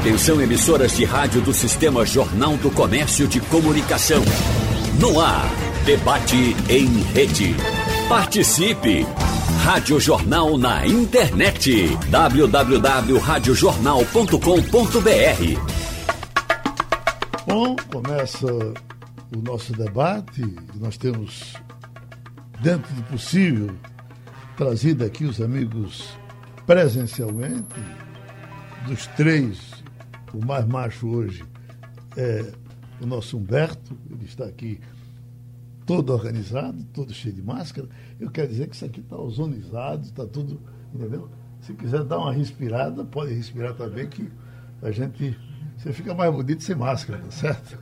Atenção, emissoras de rádio do Sistema Jornal do Comércio de Comunicação. No ar, debate em rede. Participe! Rádio Jornal na internet. www.radiojornal.com.br. Bom, começa o nosso debate. Nós temos, dentro do possível, trazido aqui os amigos presencialmente. Dos três, o mais macho hoje é o nosso Humberto. Ele está aqui todo organizado, todo cheio de máscara. Eu quero dizer que isso aqui está ozonizado, está tudo, entendeu? Se quiser dar uma respirada, pode respirar também, que você fica mais bonito sem máscara, tá certo?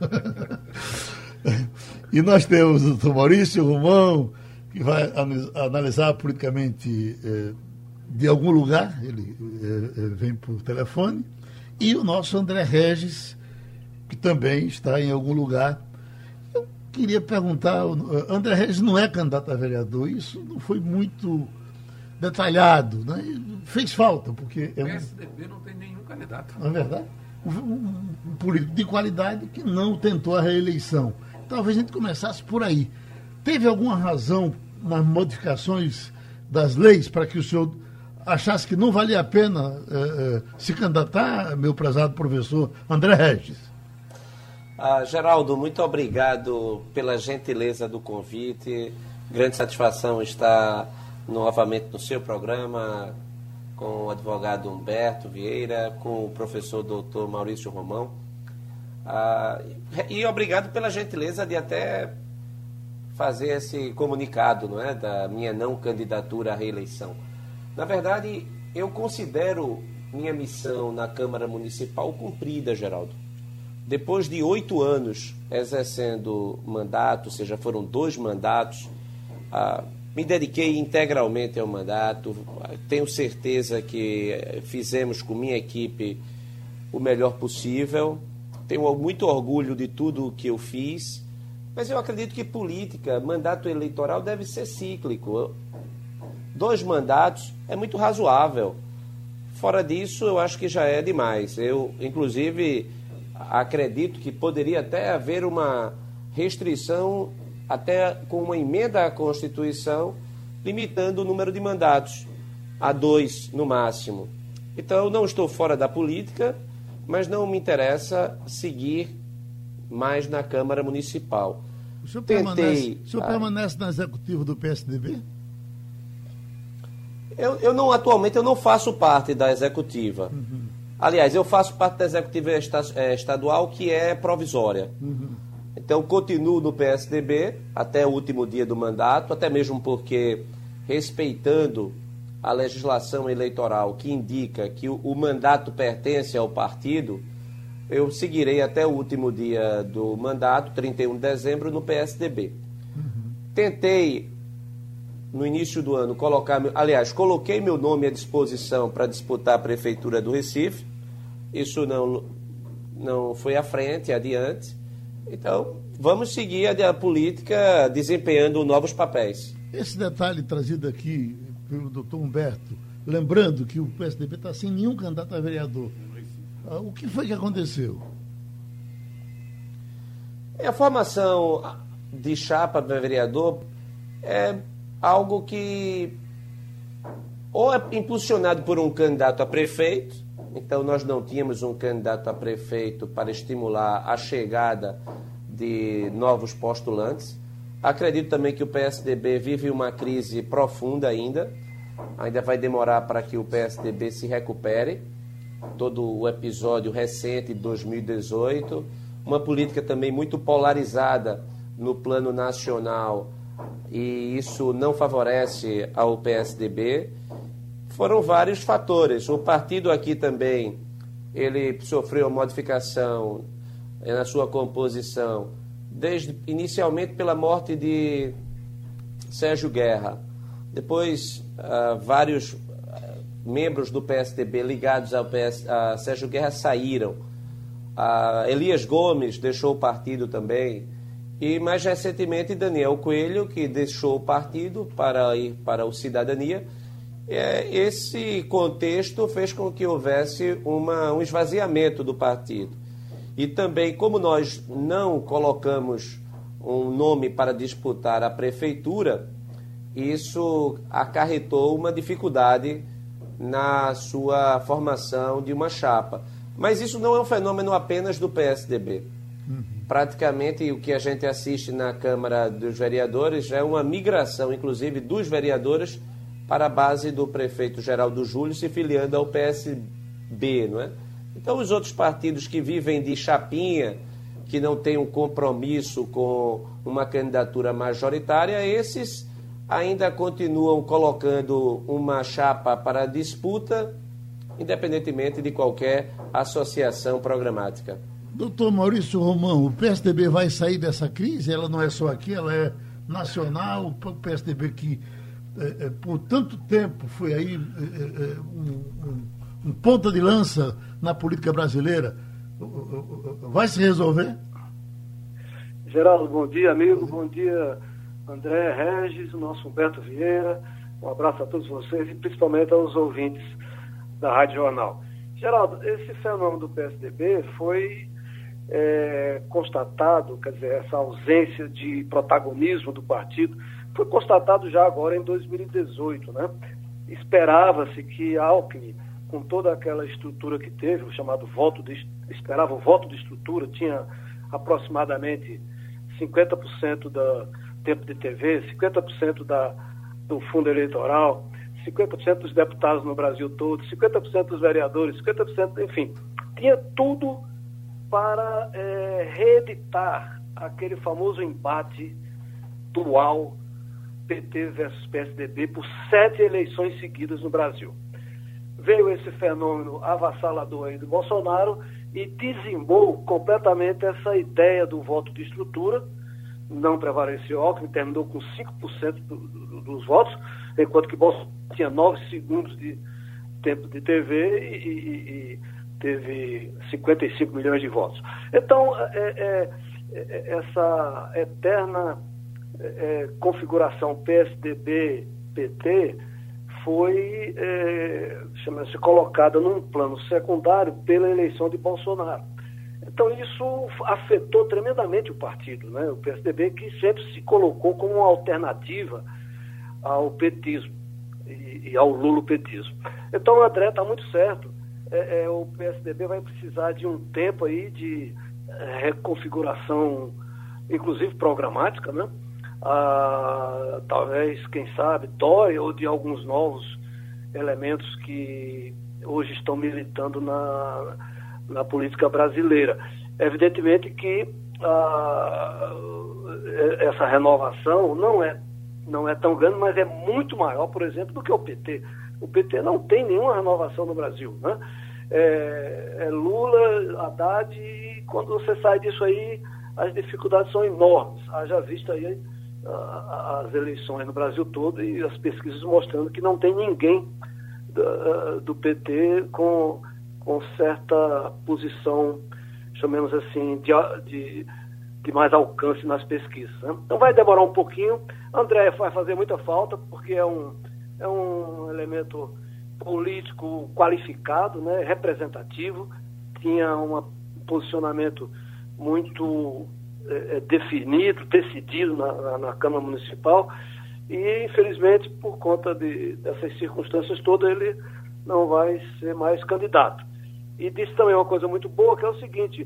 E nós temos o doutor Maurício Romão, que vai analisar politicamente de algum lugar, ele vem por telefone, e o nosso André Regis, que também está em algum lugar. Eu queria perguntar, André Regis não é candidato a vereador, isso não foi muito detalhado, né? Fez falta, porque... O PSDB não tem nenhum candidato. Não é verdade? Um político de qualidade que não tentou a reeleição. Talvez a gente começasse por aí. Teve alguma razão nas modificações das leis para que o senhor achasse que não valia a pena se candidatar, meu prezado professor André Regis? Geraldo, muito obrigado pela gentileza do convite. Grande satisfação estar novamente no seu programa com o advogado Humberto Vieira, com o professor doutor Maurício Romão. E obrigado pela gentileza de até fazer esse comunicado, não é, da minha não candidatura à reeleição. Na verdade, eu considero minha missão na Câmara Municipal cumprida, Geraldo. Depois de 8 anos exercendo mandato, ou seja, foram 2 mandatos, me dediquei integralmente ao mandato. Tenho certeza que fizemos com minha equipe o melhor possível. Tenho muito orgulho de tudo o que eu fiz, mas eu acredito que política, mandato eleitoral deve ser cíclico. 2 mandatos é muito razoável. Fora disso, eu acho que já é demais. Eu, inclusive, acredito que poderia até haver uma restrição, até com uma emenda à Constituição, limitando o número de mandatos a 2 no máximo. Então, eu não estou fora da política, mas não me interessa seguir mais na Câmara Municipal. O senhor permanece na executiva do PSDB? Atualmente eu não faço parte da executiva. Uhum. Aliás, eu faço parte da executiva estadual, que é provisória. Uhum. Então, continuo no PSDB até o último dia do mandato, até mesmo porque, respeitando a legislação eleitoral que indica que o mandato pertence ao partido, eu seguirei até o último dia do mandato, 31 de dezembro, no PSDB. Uhum. Tentei, no início do ano, coloquei meu nome à disposição para disputar a Prefeitura do Recife. Isso não foi à frente, adiante. Então, vamos seguir a política desempenhando novos papéis. Esse detalhe trazido aqui pelo doutor Humberto, lembrando que o PSDB está sem nenhum candidato a vereador. O que foi que aconteceu? A formação de chapa para vereador é algo que ou é impulsionado por um candidato a prefeito. Então, nós não tínhamos um candidato a prefeito para estimular a chegada de novos postulantes. Acredito também que o PSDB vive uma crise profunda ainda. Ainda vai demorar para que o PSDB se recupere. Todo o episódio recente de 2018. Uma política também muito polarizada no plano nacional. E isso não favorece ao PSDB. Foram vários fatores. O partido aqui também, ele sofreu modificação na sua composição, inicialmente pela morte de Sérgio Guerra. Depois, vários membros do PSDB ligados a Sérgio Guerra saíram. Elias Gomes deixou o partido também. E, mais recentemente, Daniel Coelho, que deixou o partido para ir para o Cidadania. Esse contexto fez com que houvesse um esvaziamento do partido. E também, como nós não colocamos um nome para disputar a prefeitura, isso acarretou uma dificuldade na sua formação de uma chapa. Mas isso não é um fenômeno apenas do PSDB. Praticamente o que a gente assiste na Câmara dos Vereadores é uma migração, inclusive, dos vereadores para a base do prefeito Geraldo Júlio se filiando ao PSB, não é? Então, os outros partidos que vivem de chapinha, que não têm um compromisso com uma candidatura majoritária, esses ainda continuam colocando uma chapa para disputa, independentemente de qualquer associação programática. Doutor Maurício Romão, o PSDB vai sair dessa crise? Ela não é só aqui, ela é nacional. O PSDB que por tanto tempo foi aí um ponta de lança na política brasileira, vai se resolver? Geraldo, bom dia, amigo, bom dia, André, Regis, o nosso Humberto Vieira, um abraço a todos vocês e principalmente aos ouvintes da Rádio Jornal. Geraldo, esse fenômeno do PSDB foi constatado, quer dizer, essa ausência de protagonismo do partido, foi constatado já agora em 2018, né? Esperava-se que Alckmin, com toda aquela estrutura que teve, o chamado esperava o voto de estrutura, tinha aproximadamente 50% do tempo de TV, 50% do fundo eleitoral, 50% dos deputados no Brasil todo, 50% dos vereadores, 50%, enfim, tinha tudo para reeditar aquele famoso embate dual PT versus PSDB por 7 eleições seguidas no Brasil. Veio esse fenômeno avassalador aí do Bolsonaro e dizimou completamente essa ideia do voto de estrutura. Não prevaleceu Alckmin, terminou com 5% dos votos, enquanto que Bolsonaro tinha 9 segundos de tempo de TV e teve 55 milhões de votos. Então, essa eterna configuração PSDB-PT foi chama-se colocada num plano secundário pela eleição de Bolsonaro. Então isso afetou tremendamente o partido, né? O PSDB, que sempre se colocou como uma alternativa ao petismo e ao lulopetismo. Então o André está muito certo. O PSDB vai precisar de um tempo aí de reconfiguração, inclusive programática, né? Talvez, quem sabe, Dória ou de alguns novos elementos que hoje estão militando na política brasileira. Evidentemente que essa renovação não é tão grande, mas é muito maior, por exemplo, do que o PT. O PT não tem nenhuma renovação no Brasil, né? Lula, Haddad, e quando você sai disso aí, as dificuldades são enormes. Haja vista aí as eleições no Brasil todo e as pesquisas mostrando que não tem ninguém do PT com certa posição, chamemos assim, de mais alcance nas pesquisas, né? Então vai demorar um pouquinho. André vai fazer muita falta porque é um elemento político qualificado, né, representativo, tinha um posicionamento muito definido, decidido na Câmara Municipal e, infelizmente, por conta dessas circunstâncias todas, ele não vai ser mais candidato. E disse também uma coisa muito boa, que é o seguinte: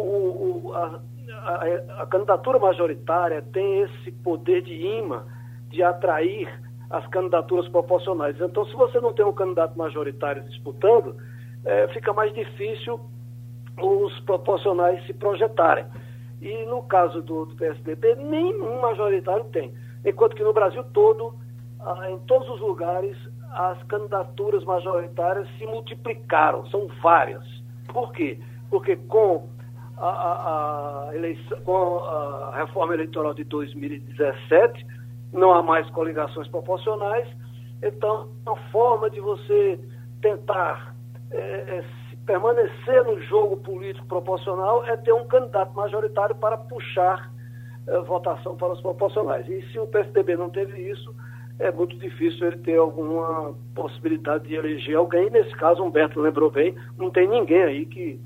a candidatura majoritária tem esse poder de imã de atrair as candidaturas proporcionais. Então, se você não tem um candidato majoritário disputando, fica mais difícil os proporcionais se projetarem. E no caso do PSDB, nenhum majoritário tem. Enquanto que no Brasil todo, em todos os lugares, as candidaturas majoritárias se multiplicaram, são várias. Por quê? Porque com a reforma eleitoral de 2017, não há mais coligações proporcionais, então a forma de você tentar permanecer no jogo político proporcional é ter um candidato majoritário para puxar votação para os proporcionais. E se o PSDB não teve isso, é muito difícil ele ter alguma possibilidade de eleger alguém. Nesse caso, Humberto lembrou bem, não tem ninguém aí que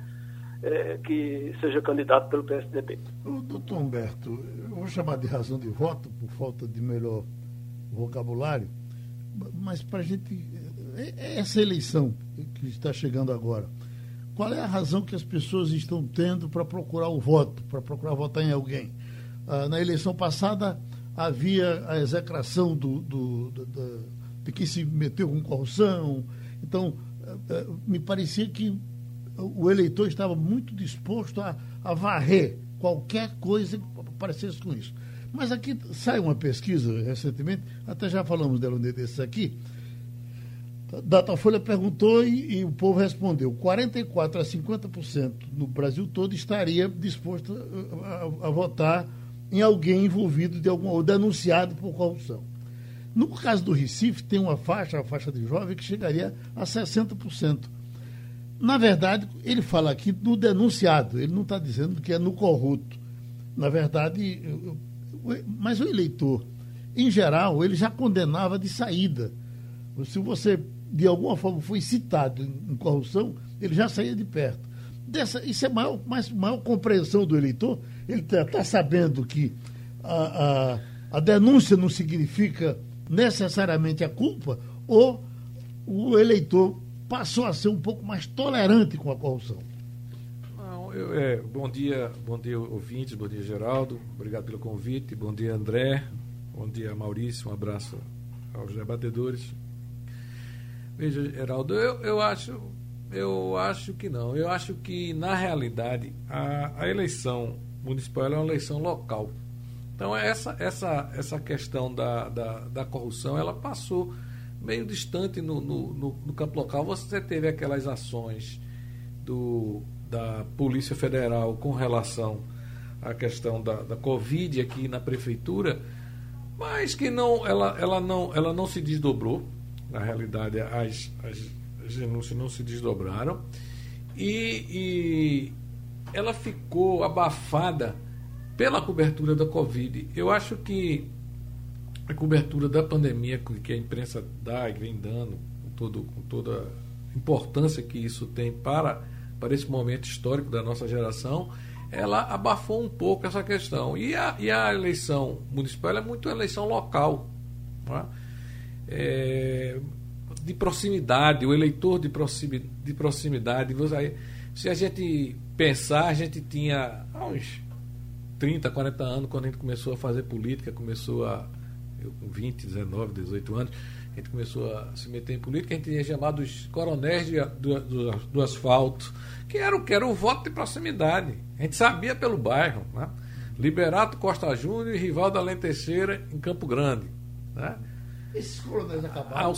seja candidato pelo PSDB. Doutor Humberto, eu vou chamar de razão de voto, por falta de melhor vocabulário, mas para a gente, essa eleição que está chegando agora, qual é a razão que as pessoas estão tendo para procurar o voto, para procurar votar em alguém? Na eleição passada havia a execração de quem se meteu com corrupção, então me parecia que o eleitor estava muito disposto a varrer qualquer coisa que parecesse com isso. Mas aqui sai uma pesquisa recentemente, até já falamos dela um dia desses aqui, Datafolha perguntou e o povo respondeu, 44% a 50% no Brasil todo estaria disposto a votar em alguém envolvido ou denunciado por corrupção. No caso do Recife, tem a faixa de jovem, que chegaria a 60%. Na verdade, ele fala aqui do denunciado, ele não está dizendo que é no corrupto. Na verdade, mas o eleitor, em geral, ele já condenava de saída. Se você, de alguma forma, foi citado em corrupção, ele já saía de perto. Isso é maior compreensão do eleitor. Ele está sabendo que a denúncia não significa necessariamente a culpa, ou o eleitor passou a ser um pouco mais tolerante com a corrupção. Não, bom dia, ouvintes, bom dia, Geraldo, obrigado pelo convite, bom dia, André, bom dia, Maurício, um abraço aos debatedores. Veja, Geraldo, eu acho que não, eu acho que, na realidade, a eleição municipal é uma eleição local. Então, essa questão da corrupção, ela passou meio distante no campo local. Você teve aquelas ações da Polícia Federal com relação à questão da Covid aqui na prefeitura, mas que ela não se desdobrou. Na realidade, as denúncias não se desdobraram e ela ficou abafada pela cobertura da Covid. Eu acho que a cobertura da pandemia que a imprensa dá e vem dando, com toda a importância que isso tem para esse momento histórico da nossa geração, ela abafou um pouco essa questão. E a eleição municipal é muito eleição local, não é? De proximidade, o eleitor de proximidade. Se a gente pensar, a gente tinha uns 30, 40 anos, quando a gente começou a fazer política, eu com 20, 19, 18 anos, a gente começou a se meter em política, a gente tinha chamado os coronéis do asfalto, que era o voto de proximidade. A gente sabia pelo bairro, né? Liberato Costa Júnior e Rivaldo Além Teixeira em Campo Grande, né? Esses coronéis acabaram?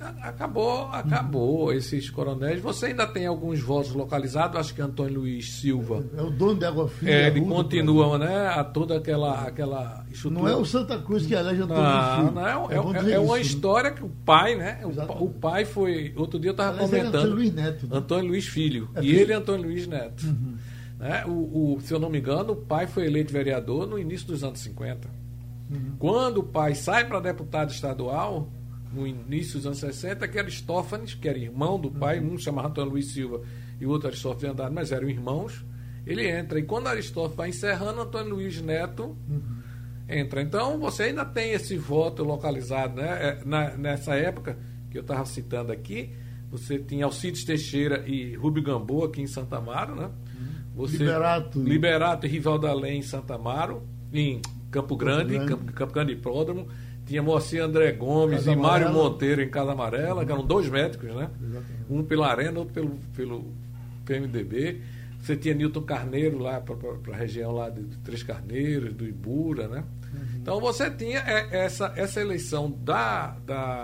Acabou esses coronéis. Você ainda tem alguns votos localizados, acho que Antônio Luiz Silva. É o dono de Água Fria. Ele continua, né? A toda aquela estrutura. Não é o Santa Cruz que elege Antônio Luiz Silva. Não, é uma história que o pai, né? O pai foi. Outro dia eu estava comentando. Antônio Luiz Neto. Né? Antônio Luiz Filho. E ele é Antônio Luiz Neto. Uhum. Né? Se eu não me engano, o pai foi eleito vereador no início dos anos 50. Quando o pai sai para deputado estadual, no início dos anos 60, que era Aristófanes, que era irmão do pai, um chamava Antônio Luiz Silva e o outro Aristófanes de Andrade, mas eram irmãos, ele entra. E quando Aristófanes vai encerrando, Antônio Luiz Neto entra. Então, você ainda tem esse voto localizado, né? Nessa época, que eu estava citando aqui, você tinha Alcides Teixeira e Rubio Gamboa aqui em Santa Amaro, né? Liberato e Rivaldo Além em Santa Amaro, em Campo Grande Hipódromo, tinha Moacir André Gomes e Mário Monteiro em Casa Amarela, que eram 2 médicos, né? Exatamente. Um pela Arena, outro pelo PMDB. Você tinha Nilton Carneiro lá para a região lá de Três Carneiros, do Ibura, né? Então você tinha essa eleição da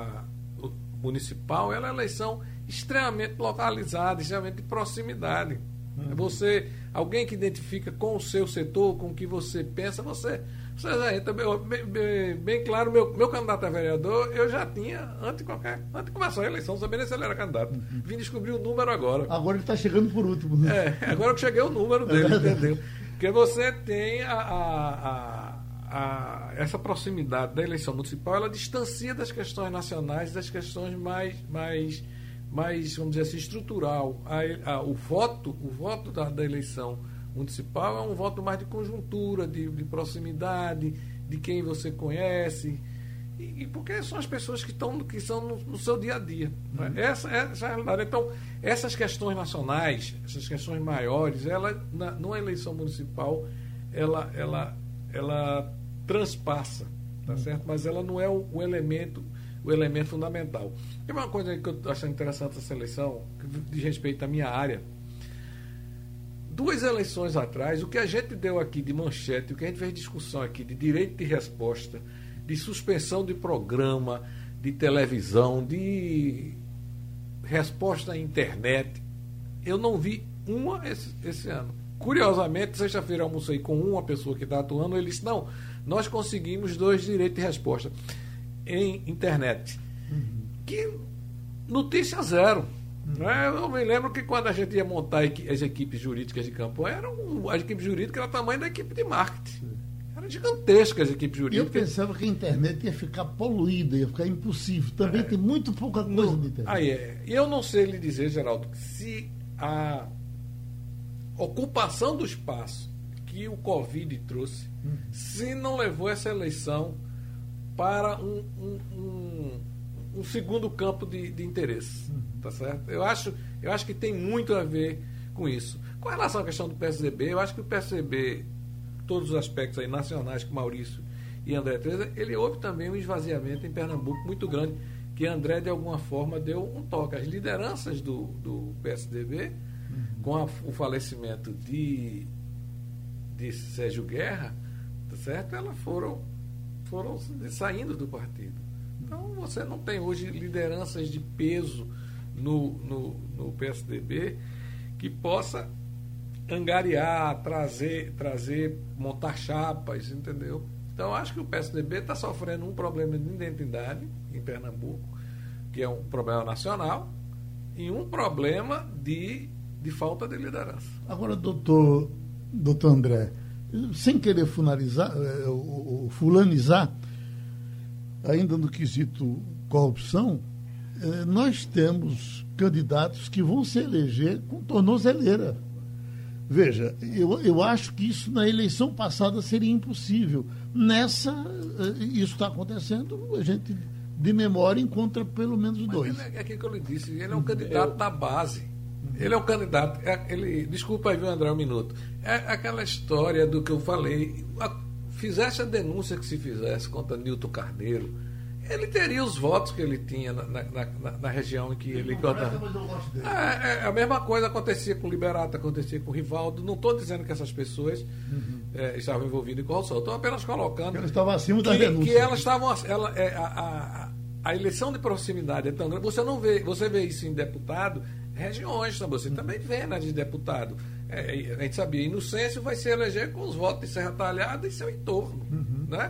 municipal, ela é uma eleição extremamente localizada, extremamente de proximidade. Alguém que identifica com o seu setor, com o que você pensa, você já entra bem claro. Meu candidato a vereador, eu já tinha, antes de começar a eleição, não sabia nem se ele era candidato. Vim descobrir o número agora. Agora ele está chegando por último. Agora que cheguei o número dele, entendeu? Porque você tem a essa proximidade da eleição municipal, ela distancia das questões nacionais, das questões mais vamos dizer assim, estrutural. O voto da eleição municipal é um voto mais de conjuntura, de proximidade, de quem você conhece, e porque são as pessoas que são no seu dia a dia. Né? Essa é a realidade. Então, essas questões nacionais, essas questões maiores, numa eleição municipal, ela transpassa, tá certo? Mas ela não é o elemento fundamental. Tem uma coisa que eu estou achando interessante nessa eleição, que diz respeito à minha área. 2 eleições atrás, o que a gente deu aqui de manchete, o que a gente fez discussão aqui de direito de resposta, de suspensão de programa, de televisão, de resposta à internet, eu não vi uma esse ano. Curiosamente, sexta-feira eu almocei com uma pessoa que está atuando, ele disse, não, nós conseguimos 2 direitos de resposta em internet. Que notícia zero. Né? Eu me lembro que quando a gente ia montar as equipes jurídicas de campanha, a equipe jurídica era o tamanho da equipe de marketing. Era gigantesca as equipes jurídicas. Eu pensava que a internet ia ficar poluída, ia ficar impossível. Também tem muito pouca coisa de internet. E eu não sei lhe dizer, Geraldo, se a ocupação do espaço que o Covid trouxe, se não levou essa eleição para um segundo campo de interesse. Tá certo? Eu acho que tem muito a ver com isso. Com relação à questão do PSDB, eu acho que o PSDB, todos os aspectos aí nacionais que Maurício e André Teresa, ele houve também um esvaziamento em Pernambuco muito grande, que André de alguma forma deu um toque. As lideranças do PSDB, com o falecimento de Sérgio Guerra, tá certo? Elas foram saindo do partido. Então você não tem hoje lideranças de peso no PSDB que possa angariar, trazer, montar chapas, entendeu? Então acho que o PSDB está sofrendo um problema de identidade em Pernambuco, que é um problema nacional, e um problema de falta de liderança. Agora, doutor André, sem querer fulanizar, ainda no quesito corrupção, nós temos candidatos que vão se eleger com tornozeleira. Veja, eu acho que isso na eleição passada seria impossível. Isso está acontecendo, a gente de memória encontra pelo menos 2. É aquilo que eu lhe disse, ele é um candidato da base. Ele é um candidato. Desculpa aí, viu, André, um minuto. É aquela história do que eu falei. Fizesse a denúncia que se fizesse contra Nilton Carneiro, ele teria os votos que ele tinha na região em que ele cantava. A mesma coisa acontecia com o Liberato, acontecia com o Rivaldo. Não estou dizendo que essas pessoas estavam envolvidas em corrupção. Estou apenas colocando que elas estavam acima da denúncia. Que elas estavam. A eleição de proximidade é tão grande. Você vê isso em deputado, regiões, você também vê na de deputado. A gente sabia, Inocêncio vai se eleger com os votos de Serra Talhada e seu entorno. Né?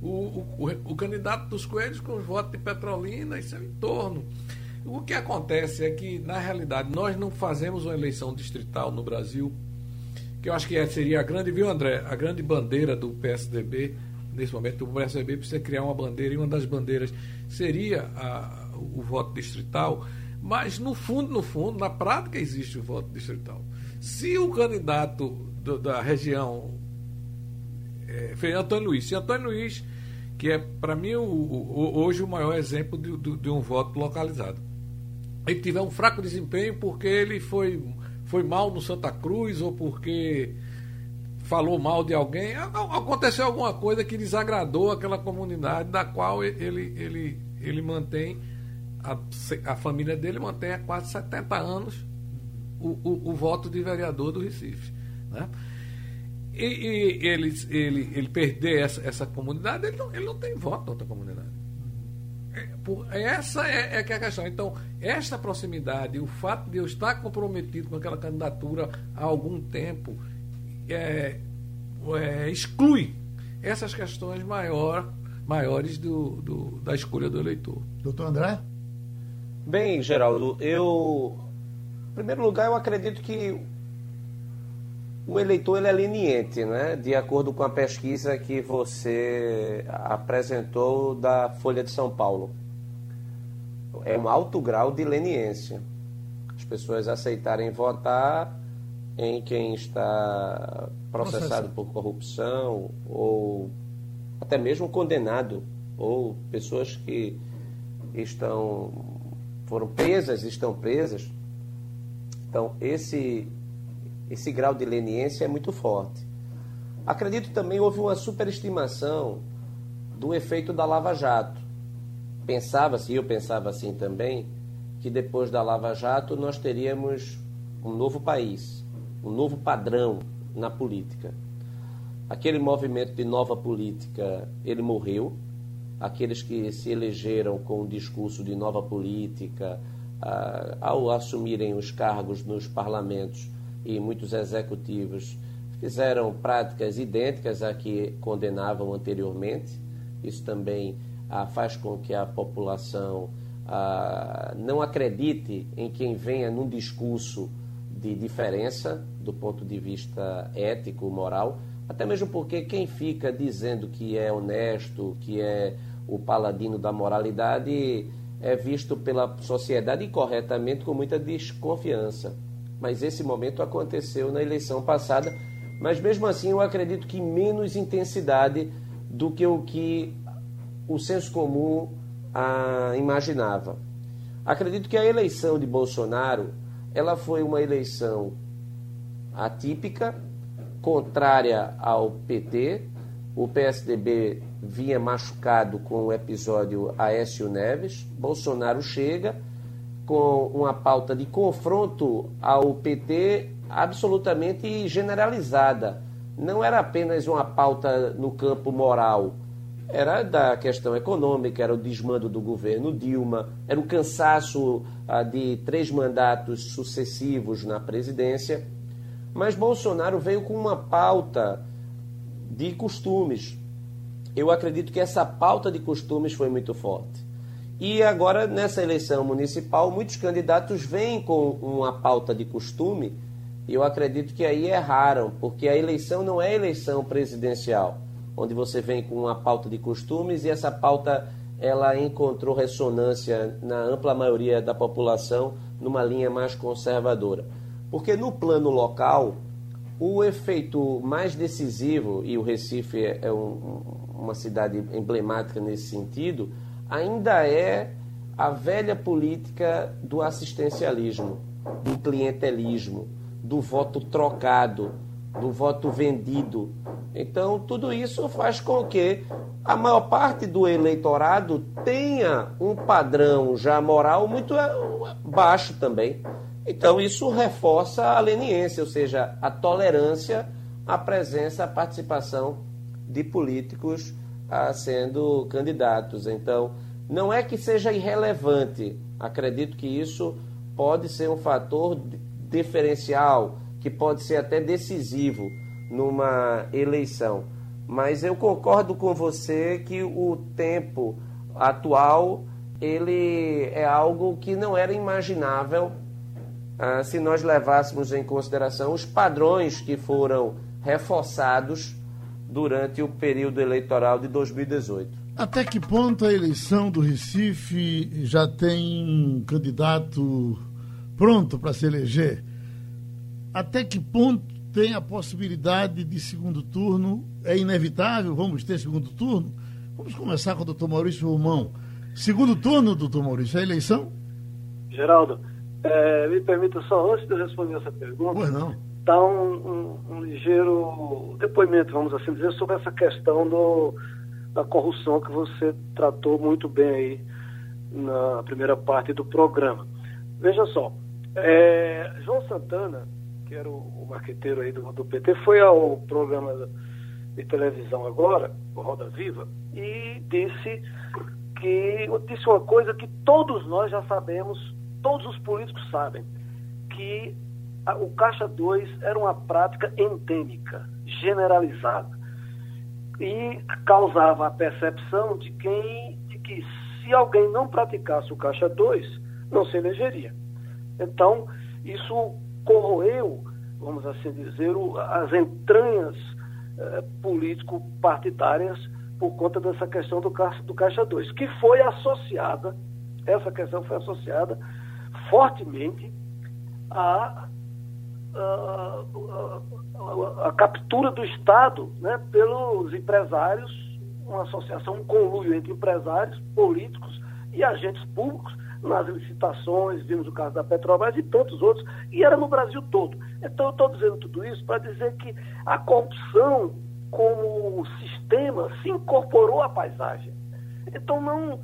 O candidato dos Coelhos com os votos de Petrolina e seu entorno. O que acontece é que, na realidade, nós não fazemos uma eleição distrital no Brasil, que eu acho que seria a grande, viu, André, a grande bandeira do PSDB. Nesse momento, o PSDB precisa criar uma bandeira, e uma das bandeiras seria o voto distrital, mas no fundo, na prática, existe o voto distrital. Se o candidato da região foi Antônio Luiz, que é, para mim, hoje o maior exemplo de um voto localizado, ele tiver um fraco desempenho porque ele foi mal no Santa Cruz ou porque falou mal de alguém, aconteceu alguma coisa que desagradou aquela comunidade da qual ele mantém, a família dele mantém há quase 70 anos o voto de vereador do Recife. Né? E ele perder essa comunidade, ele não tem voto na outra comunidade. Essa é que é a questão. Então, esta proximidade, o fato de eu estar comprometido com aquela candidatura há algum tempo, exclui essas questões maiores da escolha do eleitor. Doutor André? Bem, Geraldo, em primeiro lugar, eu acredito que O eleitor ele é leniente, né? De acordo com a pesquisa que você apresentou da Folha de São Paulo. É um alto grau de leniência. As pessoas aceitarem votar em quem está processado por corrupção ou até mesmo condenado, ou pessoas que foram presas, estão presas. Então, esse grau de leniência é muito forte. Acredito também houve uma superestimação do efeito da Lava Jato. Eu pensava assim também, que depois da Lava Jato nós teríamos um novo país, um novo padrão na política. Aquele movimento de nova política, ele morreu. Aqueles que se elegeram com um discurso de nova política, ao assumirem os cargos nos parlamentos e muitos executivos, fizeram práticas idênticas à que condenavam anteriormente. Isso também faz com que a população não acredite em quem venha num discurso de diferença do ponto de vista ético, moral, até mesmo porque quem fica dizendo que é honesto, que é o paladino da moralidade, é visto pela sociedade incorretamente com muita desconfiança. Mas esse momento aconteceu na eleição passada, mas mesmo assim eu acredito que menos intensidade do que o senso comum imaginava. Acredito que a eleição de Bolsonaro, ela foi uma eleição atípica, contrária ao PT. O PSDB vinha machucado com o episódio Aécio Neves. Bolsonaro chega com uma pauta de confronto ao PT absolutamente generalizada. Não era apenas uma pauta no campo moral, era da questão econômica, era o desmando do governo Dilma, era o cansaço de 3 mandatos sucessivos na presidência. Mas Bolsonaro veio com uma pauta de costumes. Eu acredito que essa pauta de costumes foi muito forte. E agora, nessa eleição municipal, muitos candidatos vêm com uma pauta de costume, e eu acredito que aí erraram, porque a eleição não é eleição presidencial, onde você vem com uma pauta de costumes e essa pauta ela encontrou ressonância na ampla maioria da população numa linha mais conservadora. Porque no plano local, o efeito mais decisivo, e o Recife é uma cidade emblemática nesse sentido, ainda é a velha política do assistencialismo, do clientelismo, do voto trocado, do voto vendido. Então, tudo isso faz com que a maior parte do eleitorado tenha um padrão já moral muito baixo também. Então, isso reforça a leniência, ou seja, a tolerância à presença, à participação de políticos sendo candidatos. Então, não é que seja irrelevante. Acredito que isso pode ser um fator diferencial, que pode ser até decisivo numa eleição. Mas eu concordo com você que o tempo atual ele é algo que não era imaginável se nós levássemos em consideração os padrões que foram reforçados durante o período eleitoral de 2018. Até que ponto a eleição do Recife já tem um candidato pronto para se eleger? Até que ponto tem a possibilidade de segundo turno? É inevitável? Vamos ter segundo turno? Vamos começar com o doutor Maurício Romão. Segundo turno, doutor Maurício, a eleição? Geraldo, me permita só, antes de eu responder essa pergunta, pois não, dar um ligeiro depoimento, vamos assim dizer, sobre essa questão da corrupção que você tratou muito bem aí na primeira parte do programa. Veja só, João Santana, que era o marqueteiro aí do PT, foi ao programa de televisão agora, o Roda Viva, e disse uma coisa que todos nós já sabemos, todos os políticos sabem, que o Caixa 2 era uma prática endêmica, generalizada, e causava a percepção de que se alguém não praticasse o Caixa 2, não se elegeria. Então, isso corroeu, vamos assim dizer, as entranhas político-partidárias por conta dessa questão do Caixa 2, que foi associada, essa questão foi associada fortemente à captura do Estado, né, pelos empresários, uma associação, um conluio entre empresários, políticos e agentes públicos nas licitações, vimos o caso da Petrobras e tantos outros, e era no Brasil todo. Então eu estou dizendo tudo isso para dizer que a corrupção como sistema se incorporou à paisagem. Então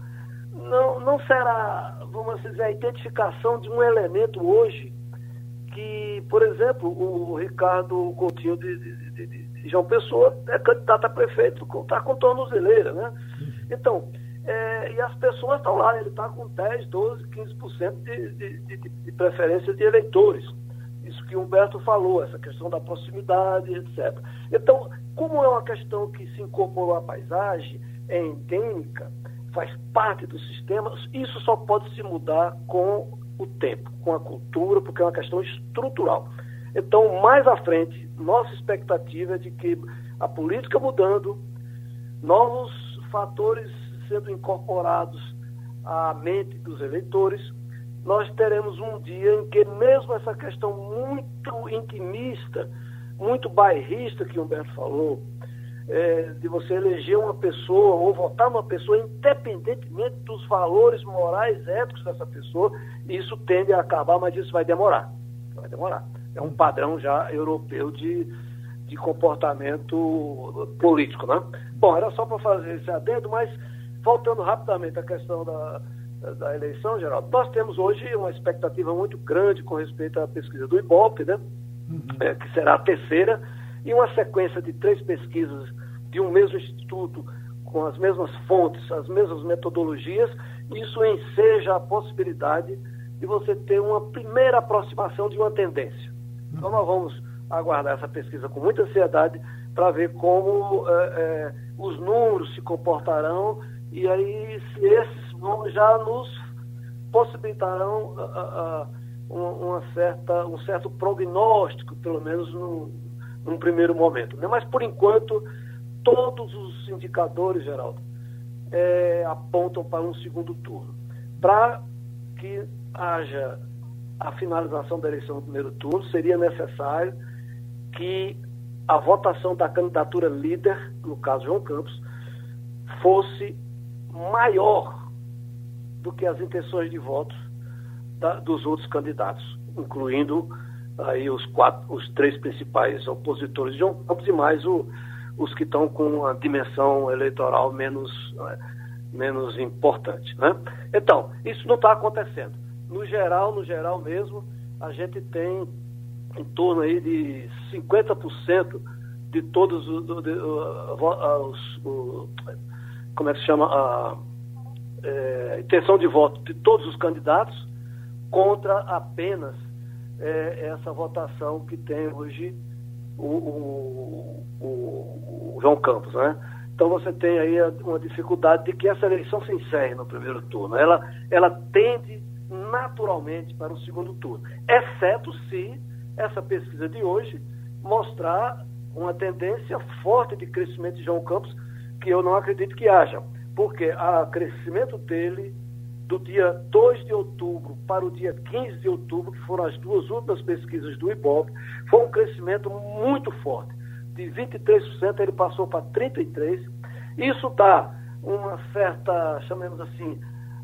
não será, vamos dizer, a identificação de um elemento hoje que, por exemplo, o Ricardo Coutinho de João Pessoa é candidato a prefeito, está com tornozeleira, né? Então, e as pessoas estão lá, ele está com 10, 12, 15% de preferência de eleitores. Isso que o Humberto falou, essa questão da proximidade, etc. Então, como é uma questão que se incorporou à paisagem, é endêmica, faz parte do sistema, isso só pode se mudar com o tempo, com a cultura, porque é uma questão estrutural. Então, mais à frente, nossa expectativa é de que a política mudando, novos fatores sendo incorporados à mente dos eleitores, nós teremos um dia em que mesmo essa questão muito intimista, muito bairrista que o Humberto falou, de você eleger uma pessoa ou votar numa pessoa independentemente dos valores morais, éticos dessa pessoa, isso tende a acabar, mas isso vai demorar. Vai demorar. É um padrão já europeu de comportamento político, né? Bom, era só para fazer esse adendo, mas voltando rapidamente à questão da eleição, Geraldo, nós temos hoje uma expectativa muito grande com respeito à pesquisa do Ibope, né? Que será a terceira, e uma sequência de 3 pesquisas de um mesmo instituto, com as mesmas fontes, as mesmas metodologias. Isso enseja a possibilidade de você ter uma primeira aproximação de uma tendência. Então nós vamos aguardar essa pesquisa com muita ansiedade para ver como os números se comportarão, e aí se esses números já nos possibilitarão um certo prognóstico, pelo menos num primeiro momento. Mas, por enquanto, todos os indicadores, Geraldo, apontam para um segundo turno. Para que haja a finalização da eleição do primeiro turno, seria necessário que a votação da candidatura líder, no caso João Campos, fosse maior do que as intenções de voto dos outros candidatos, incluindo aí os 3 principais opositores de João Campos e mais os que estão com a dimensão eleitoral menos importante, né? Então, isso não está acontecendo. No geral mesmo, a gente tem em torno aí de 50% de todos como é que se chama? A intenção de voto de todos os candidatos contra apenas essa votação que tem hoje o João Campos, né? Então você tem aí uma dificuldade de que essa eleição se encerre no primeiro turno. Ela tende naturalmente para o segundo turno, exceto se essa pesquisa de hoje mostrar uma tendência forte de crescimento de João Campos, que eu não acredito que haja, porque o crescimento dele do dia 2 de outubro para o dia 15 de outubro, que foram as 2 últimas pesquisas do Ibope, foi um crescimento muito forte. De 23% ele passou para 33%. Isso dá uma certa, chamemos assim,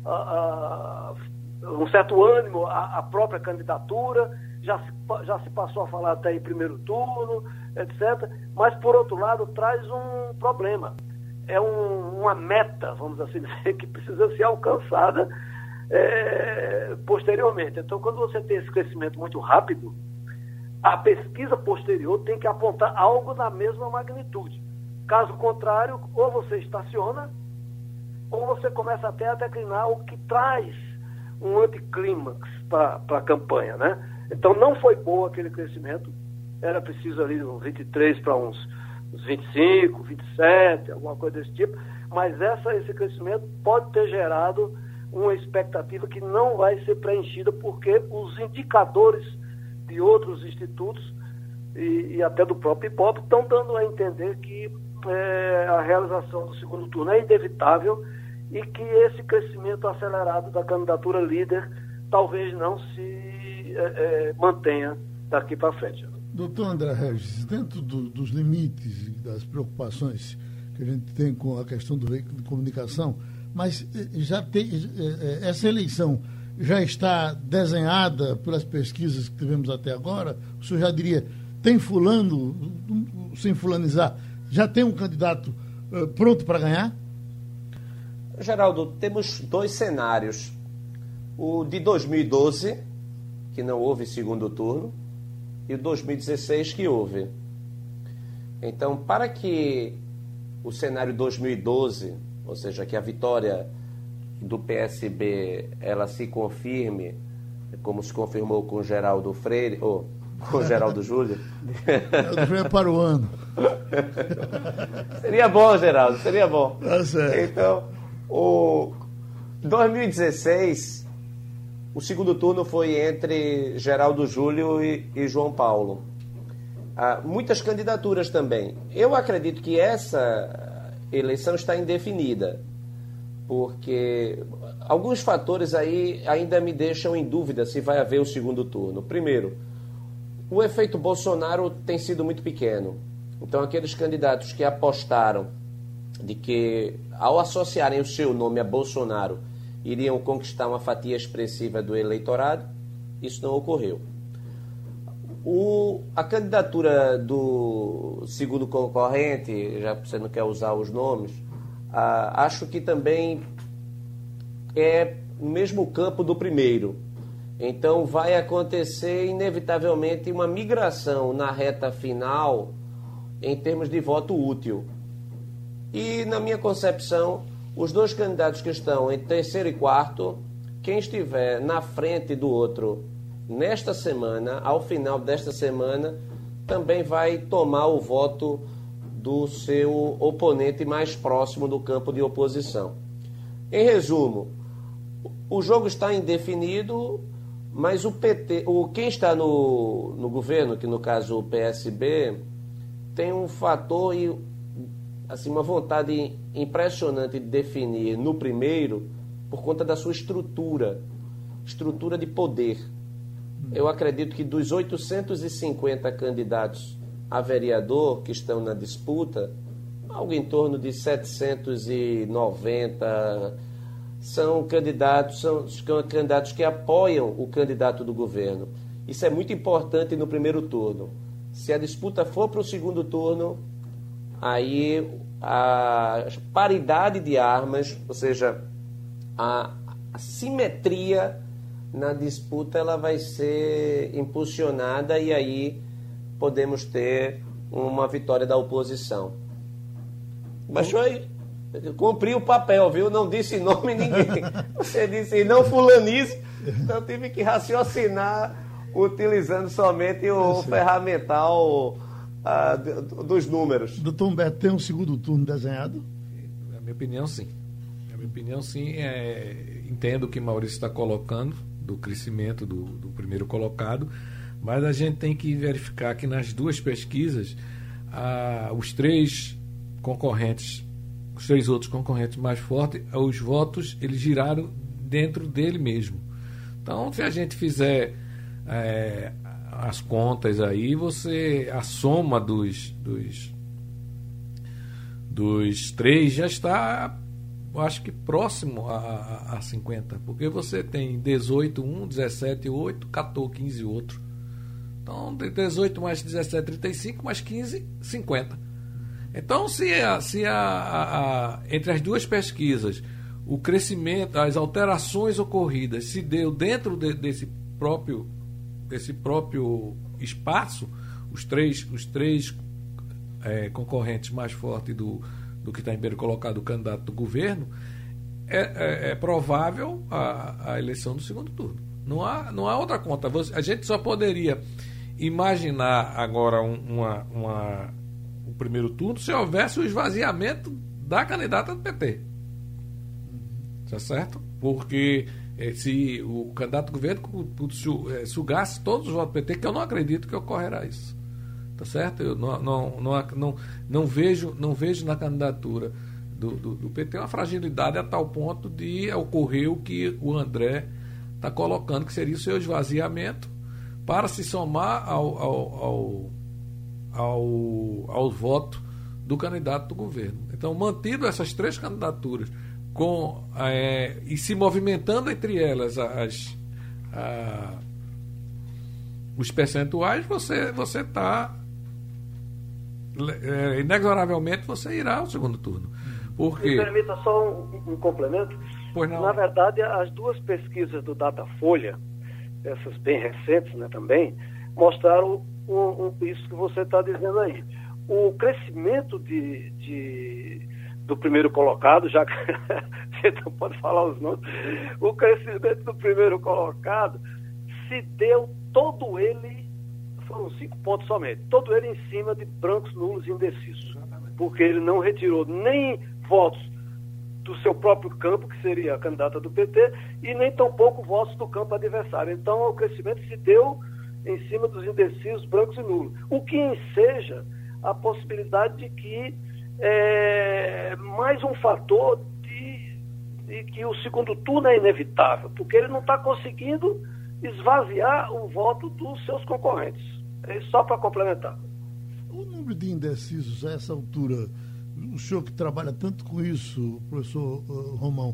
um certo ânimo à própria candidatura, já se passou a falar até em primeiro turno, etc. Mas, por outro lado, traz um problema. É uma meta, vamos assim dizer, que precisa ser alcançada posteriormente. Então, quando você tem esse crescimento muito rápido, a pesquisa posterior tem que apontar algo da mesma magnitude. Caso contrário, ou você estaciona, ou você começa até a declinar, o que traz um anticlímax para a campanha, né? Então, não foi bom aquele crescimento. Era preciso ali uns 23 para uns 25, 27, alguma coisa desse tipo, mas esse crescimento pode ter gerado uma expectativa que não vai ser preenchida, porque os indicadores de outros institutos e até do próprio Ibope, estão dando a entender que a realização do segundo turno é inevitável e que esse crescimento acelerado da candidatura líder talvez não se mantenha daqui para frente. Doutor André Regis, dentro dos limites e das preocupações que a gente tem com a questão do veículo de comunicação, mas já tem essa eleição já está desenhada pelas pesquisas que tivemos até agora? O senhor já diria, tem fulano, sem fulanizar, já tem um candidato pronto para ganhar? Geraldo, temos 2 cenários. O de 2012, que não houve segundo turno, e o 2016, que houve. Então, para que o cenário 2012, ou seja, que a vitória do PSB ela se confirme, como se confirmou com Geraldo Freire, ou com Geraldo Júlio. Geraldo Freire para o ano. Seria bom, Geraldo, seria bom. Tá certo. Então, o 2016, o segundo turno foi entre Geraldo Júlio e João Paulo. Muitas candidaturas também. Eu acredito que essa eleição está indefinida, porque alguns fatores aí ainda me deixam em dúvida se vai haver o segundo turno. Primeiro, o efeito Bolsonaro tem sido muito pequeno. Então, aqueles candidatos que apostaram de que, ao associarem o seu nome a Bolsonaro, iriam conquistar uma fatia expressiva do eleitorado, isso não ocorreu. A candidatura do segundo concorrente, já você não quer usar os nomes, acho que também é no mesmo campo do primeiro. Então vai acontecer inevitavelmente uma migração na reta final em termos de voto útil. E na minha concepção, os 2 candidatos que estão em terceiro e quarto, quem estiver na frente do outro nesta semana, ao final desta semana, também vai tomar o voto do seu oponente mais próximo do campo de oposição. Em resumo, o jogo está indefinido, mas o PT, quem está no governo, que no caso o PSB, tem um fator e assim, uma vontade impressionante de definir no primeiro por conta da sua estrutura de poder. Eu acredito que dos 850 candidatos a vereador que estão na disputa, algo em torno de 790 são candidatos que apoiam o candidato do governo. Isso é muito importante no primeiro turno. Se a disputa for para o segundo turno, aí a paridade de armas, ou seja, a simetria na disputa, ela vai ser impulsionada e aí podemos ter uma vitória da oposição. Mas foi cumpri o papel, viu? Não disse nome ninguém. Você disse não fulanize, então tive que raciocinar utilizando somente o ferramental dos números. Doutor Humberto, tem um segundo turno desenhado? Na minha opinião, sim. Entendo o que Maurício está colocando, do crescimento do primeiro colocado, mas a gente tem que verificar que nas 2 pesquisas, os 3 outros concorrentes mais fortes, os votos, eles giraram dentro dele mesmo. Então, se a gente fizer as contas aí, a soma dos 3 já está, eu acho que próximo a 50, porque você tem 18 um, 17 8, 14, 15 outro. Então, 18 mais 17, 35, mais 15, 50. Então, se entre as 2 pesquisas, o crescimento, as alterações ocorridas se deu dentro desse próprio espaço, os três concorrentes mais fortes do que está em primeiro colocado, o candidato do governo, é provável a eleição do segundo turno. Não há outra conta. A gente só poderia imaginar agora o primeiro turno se houvesse o esvaziamento da candidata do PT. Tá certo? Porque se o candidato do governo sugasse todos os votos do PT, que eu não acredito que ocorrerá isso. tá certo? Eu não vejo na candidatura do PT uma fragilidade a tal ponto de ocorrer o que o André está colocando, que seria o seu esvaziamento para se somar ao voto do candidato do governo. Então, mantido essas 3 candidaturas e se movimentando entre elas os percentuais, você está inexoravelmente você irá ao segundo turno. Porque... Me permita só um complemento. Pois não. Na verdade, as 2 pesquisas do Datafolha, essas bem recentes, né, também, mostraram isso que você está dizendo aí. O crescimento do primeiro colocado, já que você não pode falar os nomes, o crescimento do primeiro colocado se deu todo ele, foram 5 pontos somente, todo ele em cima de brancos, nulos e indecisos. Porque ele não retirou nem votos do seu próprio campo, que seria a candidata do PT, e nem tampouco votos do campo adversário. Então, o crescimento se deu em cima dos indecisos, brancos e nulos. O que enseja a possibilidade de que mais um fator de que o segundo turno é inevitável, porque ele não está conseguindo esvaziar o voto dos seus concorrentes. É só para complementar. O número de indecisos a essa altura, o senhor que trabalha tanto com isso, professor Romão,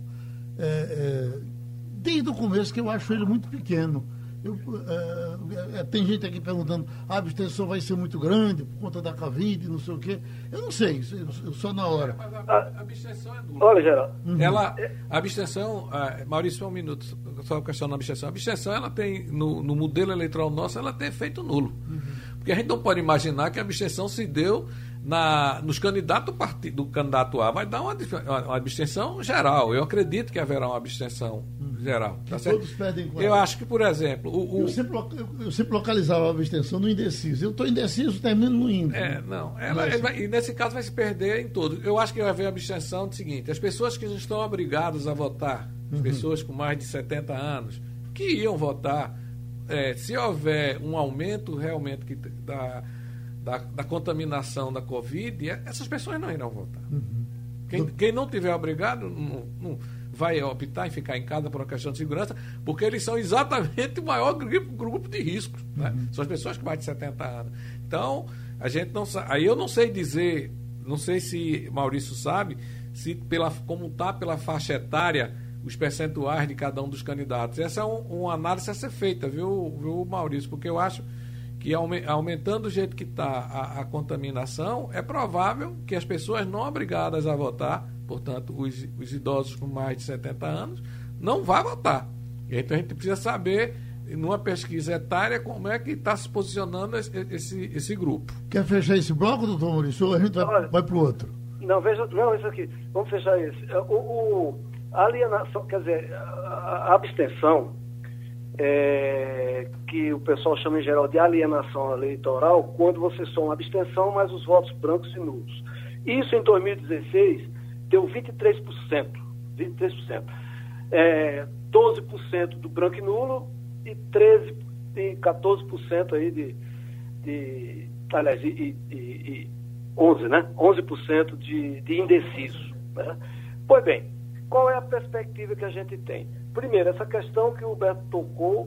desde o começo que eu acho ele muito pequeno. Tem gente aqui perguntando, a abstenção vai ser muito grande por conta da Covid, não sei o quê. Eu não sei, só na hora. Mas a abstenção é nula. Olha, Geraldo. A abstenção, Maurício, um minuto, só a questão da abstenção. A abstenção, ela tem, no modelo eleitoral nosso, ela tem efeito nulo. Porque a gente não pode imaginar que a abstenção se deu nos candidatos do candidato A. Vai dar uma abstenção geral. Eu acredito que haverá uma abstenção geral. Tá certo? Todos perdem com Eu acho que, por exemplo... Eu sempre localizava a abstenção no indeciso. Eu estou indeciso, termino no indo. E nesse caso vai se perder em todos. Eu acho que vai haver abstenção do seguinte: as pessoas que estão obrigadas a votar, as pessoas com mais de 70 anos, que iam votar, se houver um aumento realmente da contaminação da Covid, essas pessoas não irão votar. Quem não tiver obrigado não vai optar em ficar em casa por uma questão de segurança, porque eles são exatamente o maior grupo de risco. Né? São as pessoas com mais de 70 anos. Então, a gente não sabe. Aí eu não sei dizer, não sei se Maurício sabe, se como está pela faixa etária os percentuais de cada um dos candidatos. Essa é uma análise a ser feita, viu, Maurício? Porque eu acho que aumentando do jeito que está a contaminação, é provável que as pessoas não obrigadas a votar, portanto, os idosos com mais de 70 anos, não vão votar. Então a gente precisa saber, numa pesquisa etária, como é que está se posicionando esse grupo. Quer fechar esse bloco, doutor Maurício, ou a gente vai para o outro? Não, isso aqui. Vamos fechar esse. A alienação, quer dizer, a abstenção, que o pessoal chama em geral de alienação eleitoral, quando você soma a abstenção mais os votos brancos e nulos. Isso em 2016 deu 23%. 12% do branco e nulo e 14% aí aliás, 11%, né? 11% de indeciso. Né? Pois bem, qual é a perspectiva que a gente tem? Primeiro, essa questão que o Beto tocou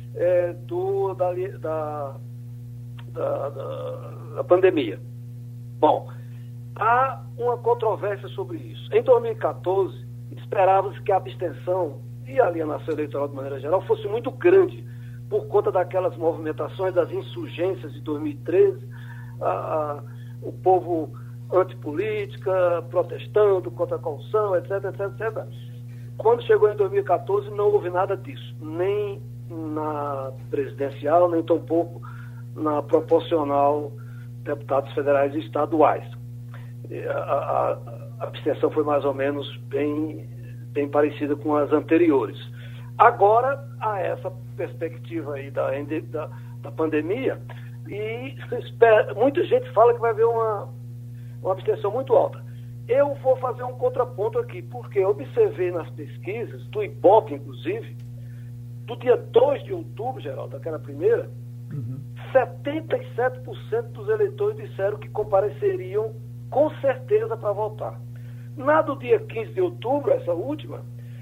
da pandemia. Bom, há uma controvérsia sobre isso. Em 2014, esperava-se que a abstenção e a alienação eleitoral, de maneira geral, fosse muito grande, por conta daquelas movimentações, das insurgências de 2013, o povo antipolítica, protestando contra a corrupção, etc. Quando chegou em 2014, não houve nada disso, nem na presidencial, nem tampouco na proporcional deputados federais e estaduais. A abstenção foi mais ou menos bem parecida com as anteriores. Agora, há essa perspectiva aí da pandemia, e muita gente fala que vai haver uma abstenção muito alta. Eu vou fazer um contraponto aqui, porque eu observei nas pesquisas, do IBOP, inclusive, do dia 2 de outubro, Geraldo, daquela primeira, 77% dos eleitores disseram que compareceriam com certeza para votar. Na do dia 15 de outubro, essa última,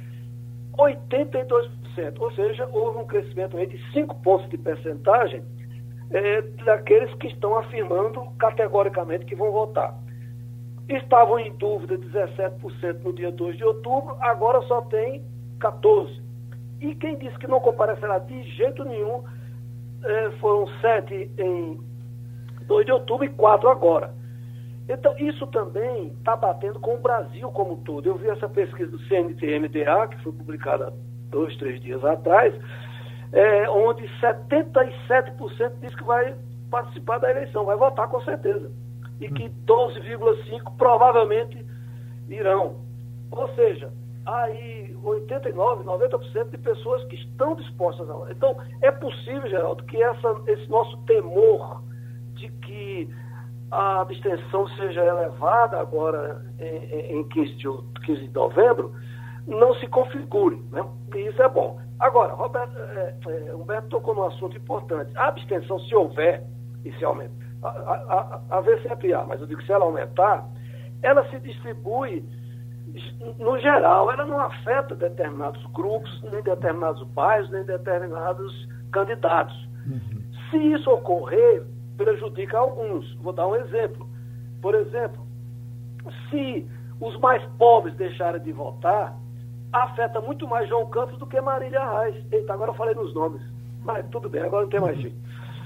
82%, ou seja, houve um crescimento aí de 5 pontos de percentagem daqueles que estão afirmando categoricamente que vão votar. Estavam em dúvida 17% no dia 2 de outubro, agora só tem 14%. E quem disse que não comparecerá de jeito nenhum, foram 7 em 2 de outubro e 4 agora. Então, isso também está batendo com o Brasil como um todo. Eu vi essa pesquisa do CNT-MDA, que foi publicada 2, 3 dias atrás, onde 77% diz que vai participar da eleição, vai votar com certeza. E que 12,5% provavelmente irão. Ou seja, aí 89%, 90% de pessoas que estão dispostas a... Então, é possível, Geraldo, que esse nosso temor de que a abstenção seja elevada agora em 15 de novembro não se configure, né? E isso é bom. Agora, Humberto tocou num assunto importante. A abstenção, se houver, e se aumentar, a ver sempre há, mas eu digo que se ela aumentar, ela se distribui no geral, ela não afeta determinados grupos, nem determinados bairros, nem determinados candidatos. Se isso ocorrer, prejudica alguns. Vou dar um exemplo. Por exemplo, se os mais pobres deixarem de votar, afeta muito mais João Campos do que Marília Reis. Eita, agora eu falei nos nomes. Mas tudo bem, agora não tem mais jeito.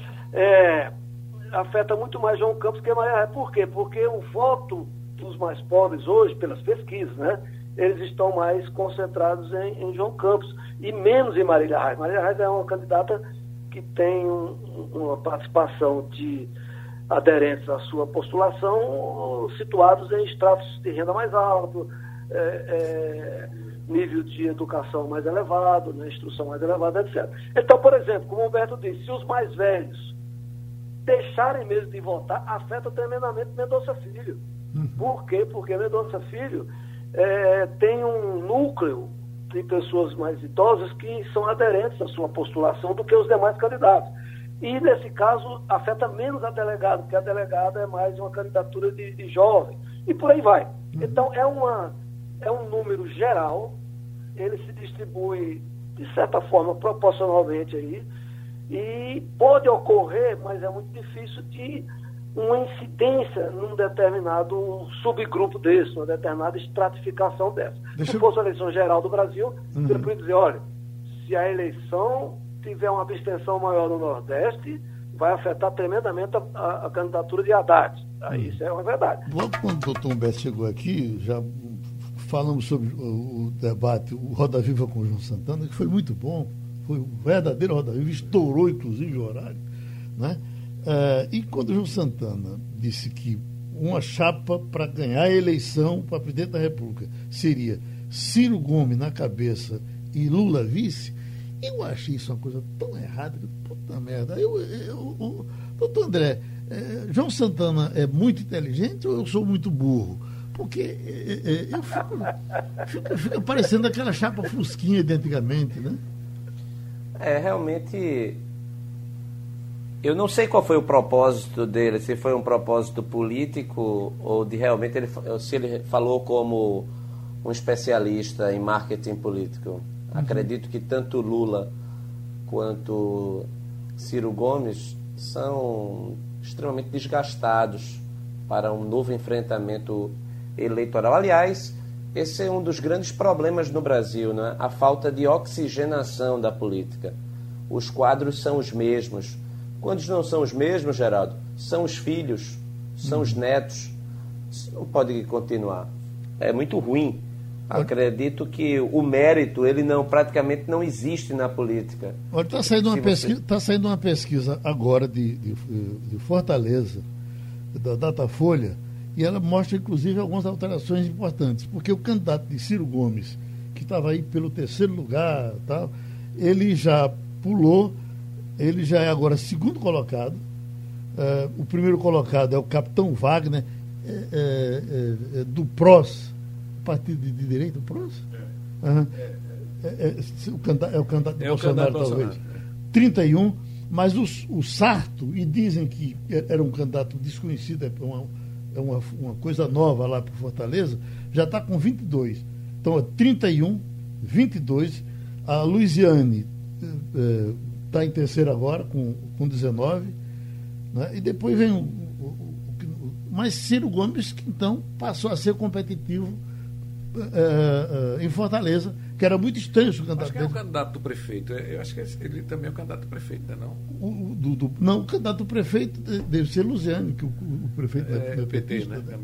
Afeta muito mais João Campos do que Marília Reis. Por quê? Porque o voto dos mais pobres hoje, pelas pesquisas, né, eles estão mais concentrados em João Campos e menos em Marília Reis. Marília Reis é uma candidata que tem uma participação de aderentes à sua postulação situados em estratos de renda mais alto, nível de educação mais elevado, né, instrução mais elevada, etc. Então, por exemplo, como o Humberto disse, se os mais velhos deixarem mesmo de votar, afeta tremendamente Mendonça Filho. Por quê? Porque Mendonça Filho tem um núcleo de pessoas mais idosas que são aderentes à sua postulação do que os demais candidatos. E, nesse caso, afeta menos a delegada, porque a delegada é mais uma candidatura de jovem. E por aí vai. Então, é um número geral, ele se distribui, de certa forma, proporcionalmente aí, e pode ocorrer, mas é muito difícil, de uma incidência num determinado subgrupo desse, uma determinada estratificação dessa. Se fosse a eleição geral do Brasil, você poderia dizer, olha, se a eleição tiver uma abstenção maior no Nordeste, vai afetar tremendamente a candidatura de Haddad. Aí isso é uma verdade. Logo quando o doutor Humberto chegou aqui, já falamos sobre o debate, o Roda Viva com o João Santana, que foi muito bom, foi um verdadeiro Roda Viva, estourou inclusive o horário, né? E quando o João Santana disse que uma chapa para ganhar a eleição para presidente da República seria Ciro Gomes na cabeça e Lula vice, eu achei isso uma coisa tão errada, puta merda. Doutor André, João Santana é muito inteligente ou eu sou muito burro? Porque fica parecendo aquela chapa fusquinha de antigamente, né? Realmente, eu não sei qual foi o propósito dele, se foi um propósito político ou de realmente se ele falou como um especialista em marketing político. Acredito que tanto Lula quanto Ciro Gomes são extremamente desgastados para um novo enfrentamento eleitoral. Aliás, esse é um dos grandes problemas no Brasil, né? A falta de oxigenação da política. Os quadros são os mesmos. Quando não são os mesmos, Geraldo, são os filhos, são os netos. Isso não pode continuar. É muito ruim. Acredito que o mérito, ele praticamente não existe na política. Olha, está saindo uma pesquisa agora de Fortaleza, da Datafolha, e ela mostra, inclusive, algumas alterações importantes, porque o candidato de Ciro Gomes, que estava aí pelo 3º lugar, tal, ele já pulou, ele já é agora 2º colocado, o 1º colocado é o Capitão Wagner, do PROS, Partido de Direita, o PROS? É o candidato de Bolsonaro, talvez. 31, Mas o Sarto, e dizem que era um candidato desconhecido, é uma coisa nova lá para Fortaleza, já está com 22. Então, 31, 22. A Luiziane está em terceiro agora, com 19. Né? E depois vem mas Ciro Gomes, que então passou a ser competitivo em Fortaleza, que era muito extenso o candidato. Acho que é o candidato do prefeito. Eu acho que ele também é o candidato do prefeito, não? Não, o candidato do prefeito deve ser Luziane, que o prefeito é PT, petista, né?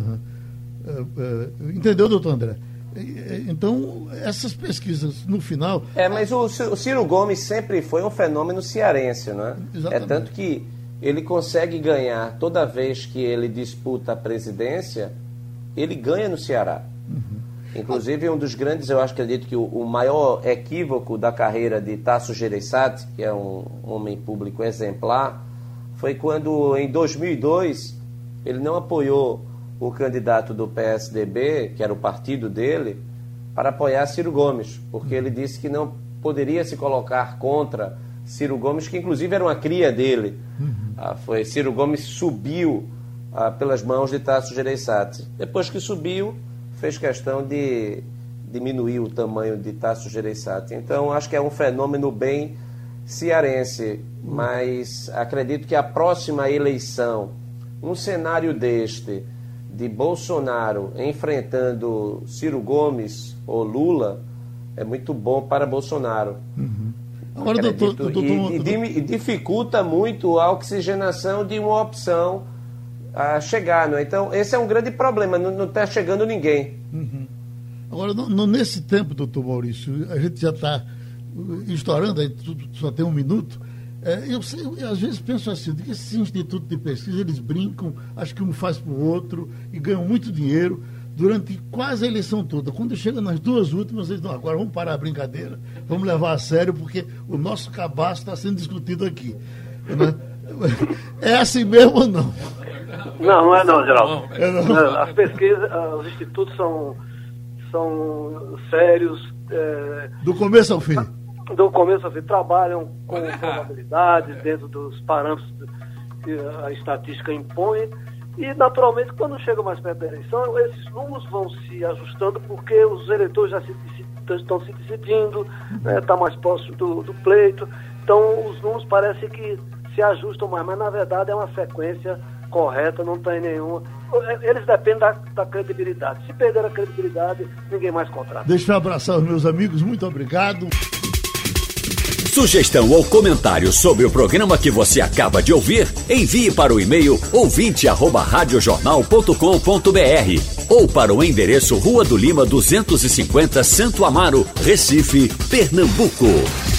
Entendeu, doutor André? Então, essas pesquisas, no final... Mas o Ciro Gomes sempre foi um fenômeno cearense, não é? Exatamente. É tanto que ele consegue ganhar toda vez que ele disputa a presidência, ele ganha no Ceará. Inclusive, um dos grandes, eu acredito que o maior equívoco da carreira de Tasso Gereissati, que é um homem público exemplar, foi quando, em 2002, ele não apoiou o candidato do PSDB, que era o partido dele, para apoiar Ciro Gomes, porque ele disse que não poderia se colocar contra Ciro Gomes, que inclusive era uma cria dele. Ciro Gomes subiu pelas mãos de Tasso Gereissati. Depois que subiu, fez questão de diminuir o tamanho de Tasso Gereissati. Então, acho que é um fenômeno bem cearense, mas acredito que a próxima eleição, um cenário deste, de Bolsonaro enfrentando Ciro Gomes ou Lula, é muito bom para Bolsonaro. Agora, E dificulta muito a oxigenação de uma opção a chegar, não é? Então, esse é um grande problema, não está chegando ninguém. Agora, nesse tempo, doutor Maurício, a gente já está estourando, só tem um minuto. Eu às vezes penso assim, que esses institutos de pesquisa, eles brincam, acho que um faz para o outro e ganham muito dinheiro durante quase a eleição toda. Quando chega nas duas últimas, eles dizem, agora vamos parar a brincadeira, vamos levar a sério, porque o nosso cabaço está sendo discutido aqui. Né? É assim mesmo ou não? Não é não, Geraldo. As pesquisas, os institutos são sérios. Do começo ao fim? Do começo ao fim. Trabalham com probabilidades dentro dos parâmetros que a estatística impõe. E, naturalmente, quando chega mais perto da eleição, esses números vão se ajustando porque os eleitores já estão se decidindo, está mais próximo do pleito. Então, os números parecem que se ajustam mais, mas, na verdade, é uma sequência correta, não tem nenhuma. Eles dependem da credibilidade. Se perder a credibilidade, ninguém mais contrata. Deixa eu abraçar os meus amigos, muito obrigado. Sugestão ou comentário sobre o programa que você acaba de ouvir, envie para o e-mail ouvinte@radiojornal.com.br ou para o endereço Rua do Lima 250, Santo Amaro, Recife, Pernambuco.